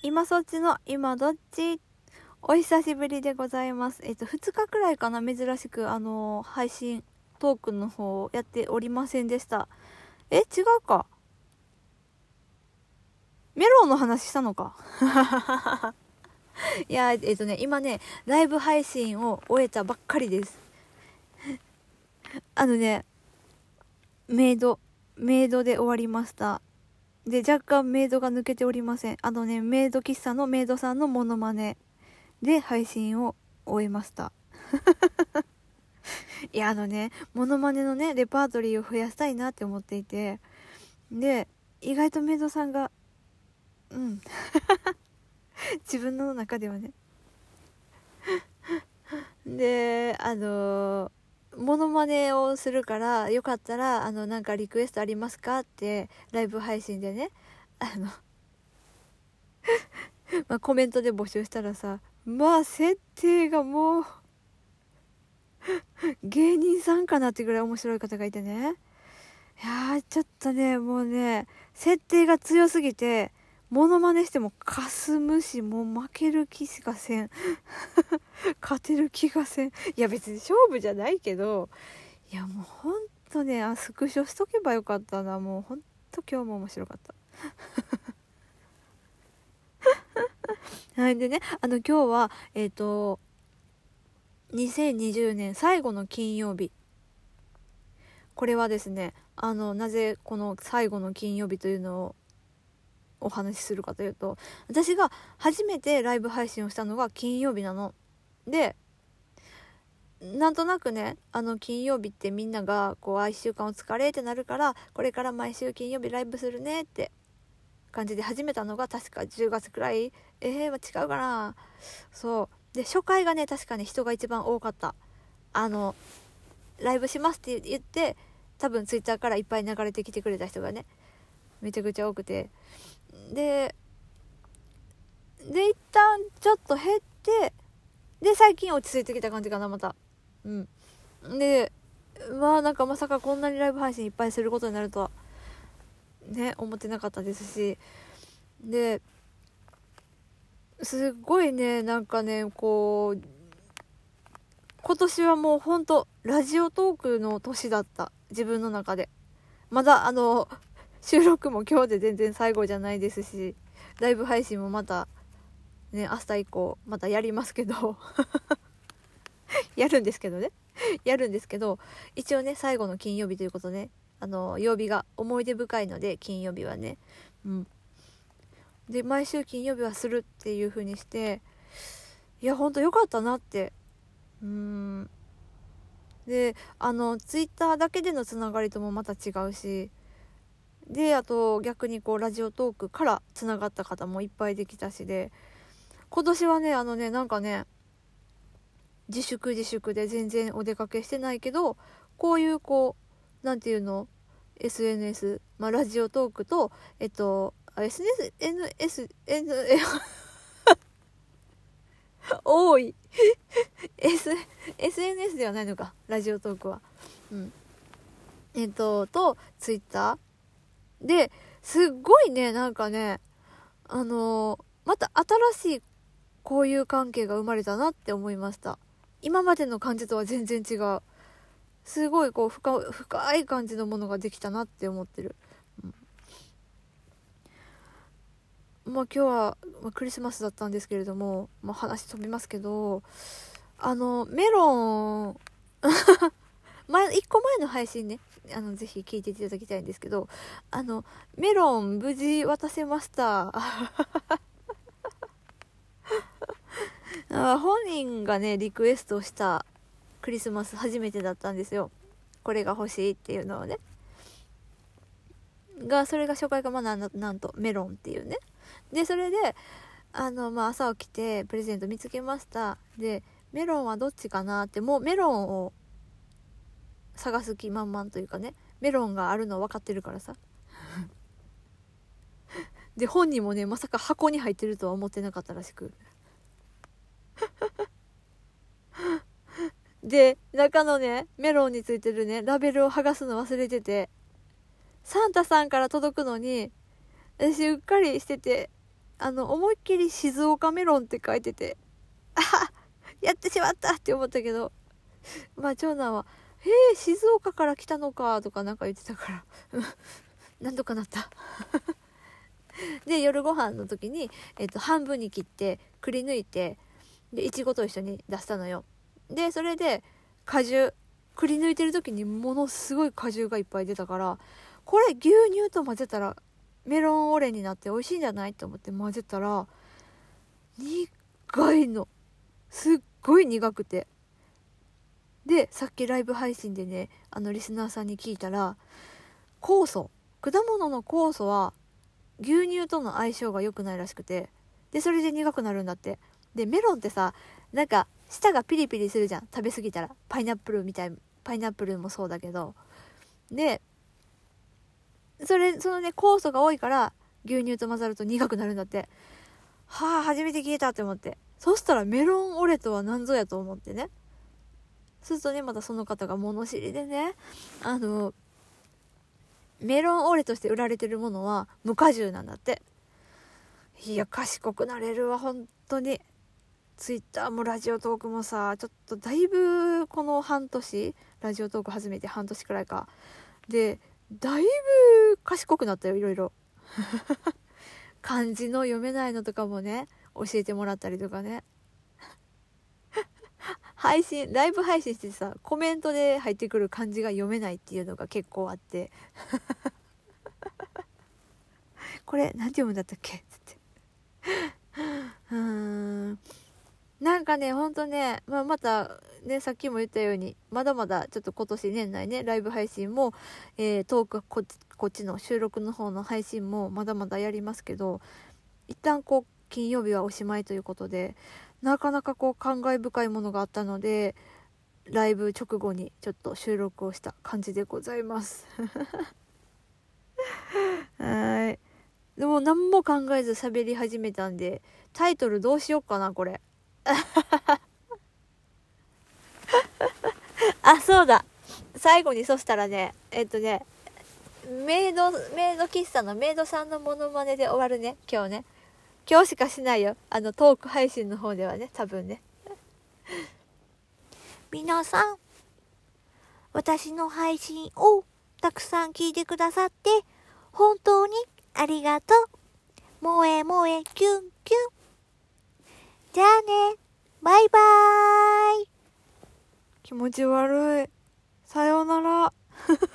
今そっちの今どっち。お久しぶりでございます。2日くらいかな、珍しく配信トークの方やっておりませんでした。違うか。メロンの話したのか。いや、今ね、ライブ配信を終えたばっかりです。メイドで終わりました。で、若干メイドが抜けておりません。メイド喫茶のメイドさんのモノマネで配信を終えました。いや、モノマネのね、レパートリーを増やしたいなって思っていて、で、意外とメイドさんが、自分の中ではね。で、モノマネをするから、よかったら、なんかリクエストありますかって、ライブ配信でね、コメントで募集したらさ、設定がもう、芸人さんかなってぐらい面白い方がいてね。いやー、ちょっとね、もうね、設定が強すぎて、モノマネしてもかすむし、もう負ける気しかせん。勝てる気がせん。いや、別に勝負じゃないけど、いや、もうほんとね、スクショしとけばよかったな。もうほんと今日も面白かった。はい、でね、今日は、2020年最後の金曜日。これはですね、なぜこの最後の金曜日というのをお話しするかというと、私が初めてライブ配信をしたのが金曜日なの。で、なんとなくね、金曜日ってみんながこう1週間お疲れってなるから、これから毎週金曜日ライブするねって感じで始めたのが確か10月くらい。違うかな。そうで、初回がね、確かに人が一番多かった。ライブしますって言って多分ツイッターからいっぱい流れてきてくれた人がね、めちゃくちゃ多くて、で一旦ちょっと減って、で最近落ち着いてきた感じかな、また。で、なんかまさかこんなにライブ配信いっぱいすることになるとはね、思ってなかったですし、ですっごいね、なんかね、こう今年はもうほんとラジオトークの年だった、自分の中で。まだ収録も今日で全然最後じゃないですし、ライブ配信もまたね、明日以降またやりますけどやるんですけど、一応ね、最後の金曜日ということね、曜日が思い出深いので、金曜日はね、で毎週金曜日はするっていう風にして、いやほんと良かったなって。で、ツイッターだけでのつながりともまた違うし、で、あと逆にこうラジオトークからつながった方もいっぱいできたしで、今年はね、なんかね、自粛で全然お出かけしてないけど、こういうこう、なんていうの、 SNS、ラジオトークと多いSNS ではないのか、ラジオトークは。とツイッターですっごいね、なんかね、また新しい交友関係が生まれたなって思いました。今までの感じとは全然違う。すごいこう深い感じのものができたなって思ってる。今日は、クリスマスだったんですけれども、話飛びますけど、メロン1個前の配信ね、ぜひ聞いていただきたいんですけど、メロン無事渡せました本人がね、リクエストしたクリスマス初めてだったんですよ。これが欲しいっていうのをね。それが初回がなんとメロンっていうね。で、それで、朝起きてプレゼント見つけました。で、メロンはどっちかなって、もうメロンを探す気満々というかね、メロンがあるの分かってるからさ。で、本人もね、まさか箱に入ってるとは思ってなかったらしく。で、中のね、メロンについてるね、ラベルを剥がすの忘れてて、サンタさんから届くのに、私うっかりしてて、 思いっきり静岡メロンって書いてて、やってしまったって思ったけど、まあ長男は静岡から来たのかとかなんか言ってたからなんとかなったで夜ご飯の時に、半分に切ってくり抜いて、でいちごと一緒に出したのよ。でそれで果汁くり抜いてる時にものすごい果汁がいっぱい出たから、これ牛乳と混ぜたらメロンオレになって美味しいんじゃないと思って混ぜたら、苦いの、すっごい苦くて。でさっきライブ配信でね、リスナーさんに聞いたら、酵素、果物の酵素は牛乳との相性が良くないらしくて、でそれで苦くなるんだって。でメロンってさ、なんか舌がピリピリするじゃん、食べ過ぎたら。パイナップルもそうだけど、でそのね酵素が多いから牛乳と混ざると苦くなるんだって。はあ、初めて聞いたって思って、そしたらメロンオレとは何ぞやと思ってね。そうするとね、またその方が物知りでね、メロンオレとして売られてるものは無果汁なんだって。いや賢くなれるわ本当に。ツイッターもラジオトークもさ、ちょっとだいぶこの半年、ラジオトーク始めて半年くらいかで、だいぶ賢くなったよ、いろいろ漢字の読めないのとかもね教えてもらったりとかねライブ配信してさ、コメントで入ってくる漢字が読めないっていうのが結構あってこれなんて読むんだったっけつってなんかね、ほんとね、またね、さっきも言ったように、まだまだちょっと今年年内ね、ライブ配信も、トークこっちの収録の方の配信もまだまだやりますけど、一旦金曜日はおしまいということで、なかなか感慨深いものがあったので、ライブ直後にちょっと収録をした感じでございますはい。でも何も考えず喋り始めたんで、タイトルどうしよっかなこれそうだ、最後にそしたらね、メイド喫茶のメイドさんのモノマネで終わるね、今日しかしないよ、トーク配信の方ではね、多分ね皆さん、私の配信をたくさん聞いてくださって本当にありがとう。萌え萌えキュンキュン。じゃあね、バイバーイ。気持ち悪い。さようなら